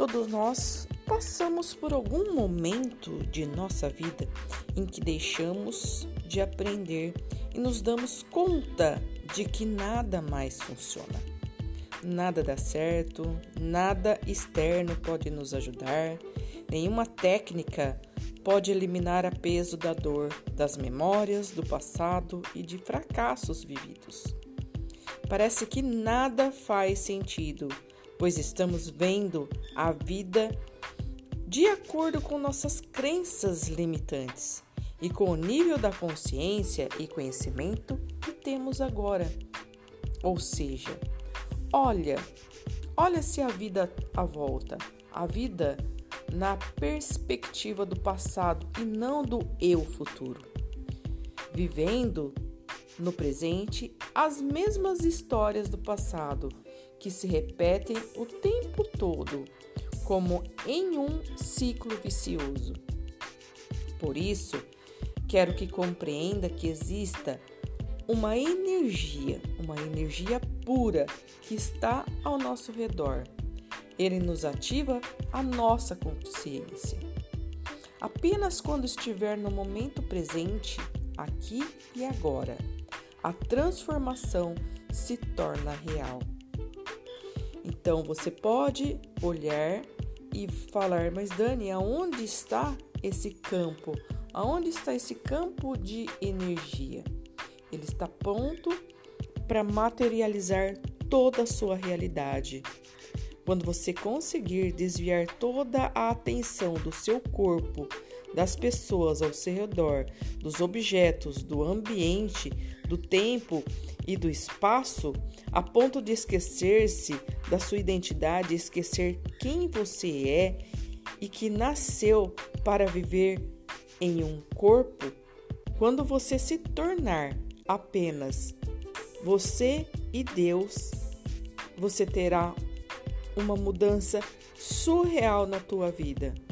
Todos nós passamos por algum momento de nossa vida em que deixamos de aprender e nos damos conta de que nada mais funciona. Nada dá certo, nada externo pode nos ajudar, nenhuma técnica pode eliminar o peso da dor, das memórias, do passado e de fracassos vividos. Parece que nada faz sentido, pois estamos vendo a vida de acordo com nossas crenças limitantes e com o nível da consciência e conhecimento que temos agora. Ou seja, olha-se a vida à volta, a vida na perspectiva do passado e não do eu futuro. Vivendo no presente as mesmas histórias do passado que se repetem o tempo todo, como em um ciclo vicioso. Por isso, quero que compreenda que exista uma energia pura que está ao nosso redor. Ele nos ativa a nossa consciência. Apenas quando estiver no momento presente, aqui e agora, a transformação se torna real. Então você pode olhar e falar, mas Dani, aonde está esse campo? Aonde está esse campo de energia? Ele está pronto para materializar toda a sua realidade. Quando você conseguir desviar toda a atenção do seu corpo, das pessoas ao seu redor, dos objetos, do ambiente, do tempo e do espaço, a ponto de esquecer-se da sua identidade, esquecer quem você é e que nasceu para viver em um corpo, quando você se tornar apenas você e Deus, você terá uma mudança surreal na tua vida.